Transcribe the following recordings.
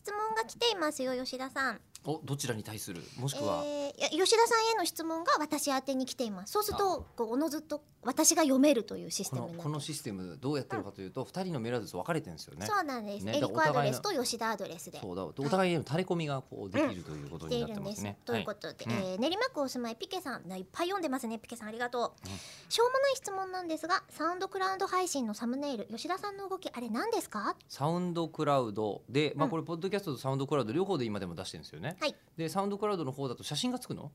質問が来ていますよ、吉田さん。 お、どちらに対する、もしくは、 吉田さんへの質問が私宛てに来ています。そうするとこうおのずと私が読めるというシステムになってこのシステムどうやってるかというと、2人のメールアドレス分かれてるんですよね。 そうなんです、 ねエリコアドレスと吉田アドレスでそうだ、お互いへの垂れ込みがこうできるということになってますね。 ということで、 はい練馬区お住まいピケさん、いっぱい読んでますね。ピケさんありがとう、しょうもない質問なんですが、サウンドクラウド配信のサムネイル、吉田さんの動きあれ何ですか？ サウンドクラウドで、まあ、これポッドキャストとサウンドクラウド両方で今でも出してるんですよね。 はい。 でサウンドクラウドの方だと写真がつくの？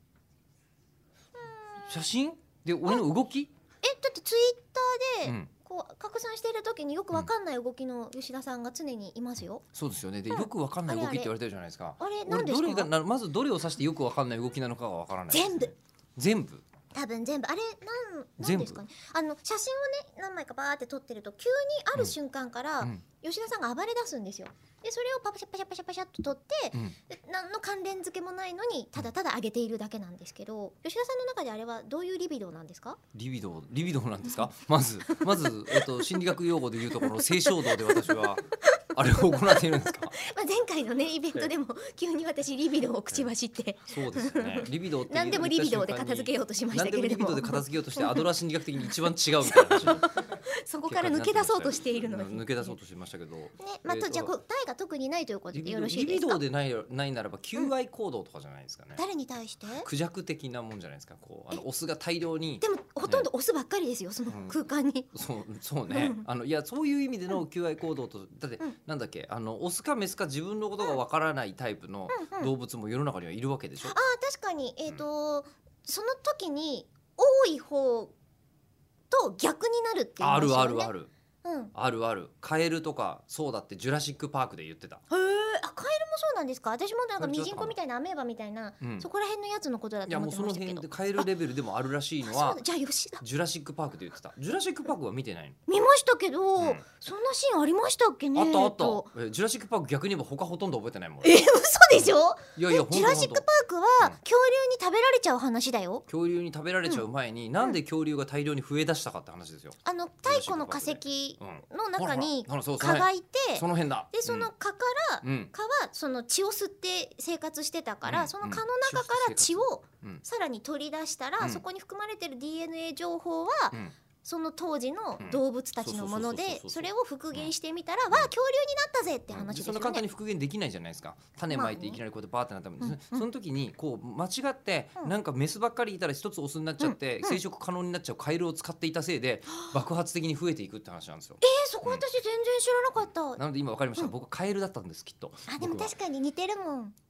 写真で俺の動き？ だってツイッターで、 うんこう拡散している時によくわかんない動きの吉田さんが常にいますよ。 そうですよね。でよくわかんない動きって言われてるじゃないですか。 あれ何ですか？ 俺どれがまずどれを指してよくわかんない動きなのかがわからないですね。 全部全部多分全部あれなんですかね。写真をね何枚かバーって撮ってると急にある瞬間から、吉田さんが暴れ出すんですよ。でそれをパシャパシャパシャパシャっと撮って、で何の関連付けもないのにただただ上げているだけなんですけど、吉田さんの中であれはどういうリビドーなんですか？ リビドーなんですか？まず心理学用語で言うところ性衝動で私はあれを行っているんですか？ まあ前回のねイベントでも急に私リビドーを口走って、 そうですよね。リビドーって何でもリビドーで片付けようとしましたけれども、 何でもリビドーで片付けようとしてアドラー心理学的に一番違うみたいな話そこから抜け出そうとしているのに抜け出そうとしてましたけど、 ね、まあ、じゃあ答えが特にないということでよろしいリビですか？ ドーでないならば求愛行動とかじゃないですかね。 誰に対して？ クジャク的なもんじゃないですか。こうオスが大量に。 でもほとんどオスばっかりですよ、その空間に。 そうね。いやそういう意味での求愛行動と、だってなんだっけ、オスかメスか自分のことがわからないタイプの動物も世の中にはいるわけでしょ。 確かにその時に多い方と逆になるっていう話よね。 ある。カエルとかそうだってジュラシックパークで言ってた。 カエルもそうなんですか？私もなんかミジンコみたいなアメーバみたいな、そこら辺のやつのことだと思ってましたけど。 いやもうその辺でカエルレベルでもあるらしいのは、 じゃあ吉田ジュラシックパークで言ってた。ジュラシックパークは見てないの？ 見ましたけど、そんなシーンありましたっけね？ あったジュラシックパーク逆に言えば他ほとんど覚えてないもん。 嘘でしょ？ いやジュラシックパークは恐竜に食べられちゃう話だよ。 恐竜に食べられちゃう前に、なんで恐竜が大量に増え出したかって話ですよ。 太古の化石の中に蚊がいて、 その辺だ。 でその蚊から蚊はその血を吸って生活してたから、その蚊の中から血をさらに取り出したら、そこに含まれてる DNA 情報はその当時の動物たちのもので、それを復元してみたら、わあ恐竜になったぜって話ですよね。 そんな簡単に復元できないじゃないですか。種まいていきなりこうやってバーってなったんです。その時にこう間違ってなんかメスばっかりいたら一つオスになっちゃって生殖可能になっちゃうカエルを使っていたせいで爆発的に増えていくって話なんですよ。 そこ私全然知らなかった。 なので今わかりました。僕カエルだったんですきっと。 でも確かに似てるもん。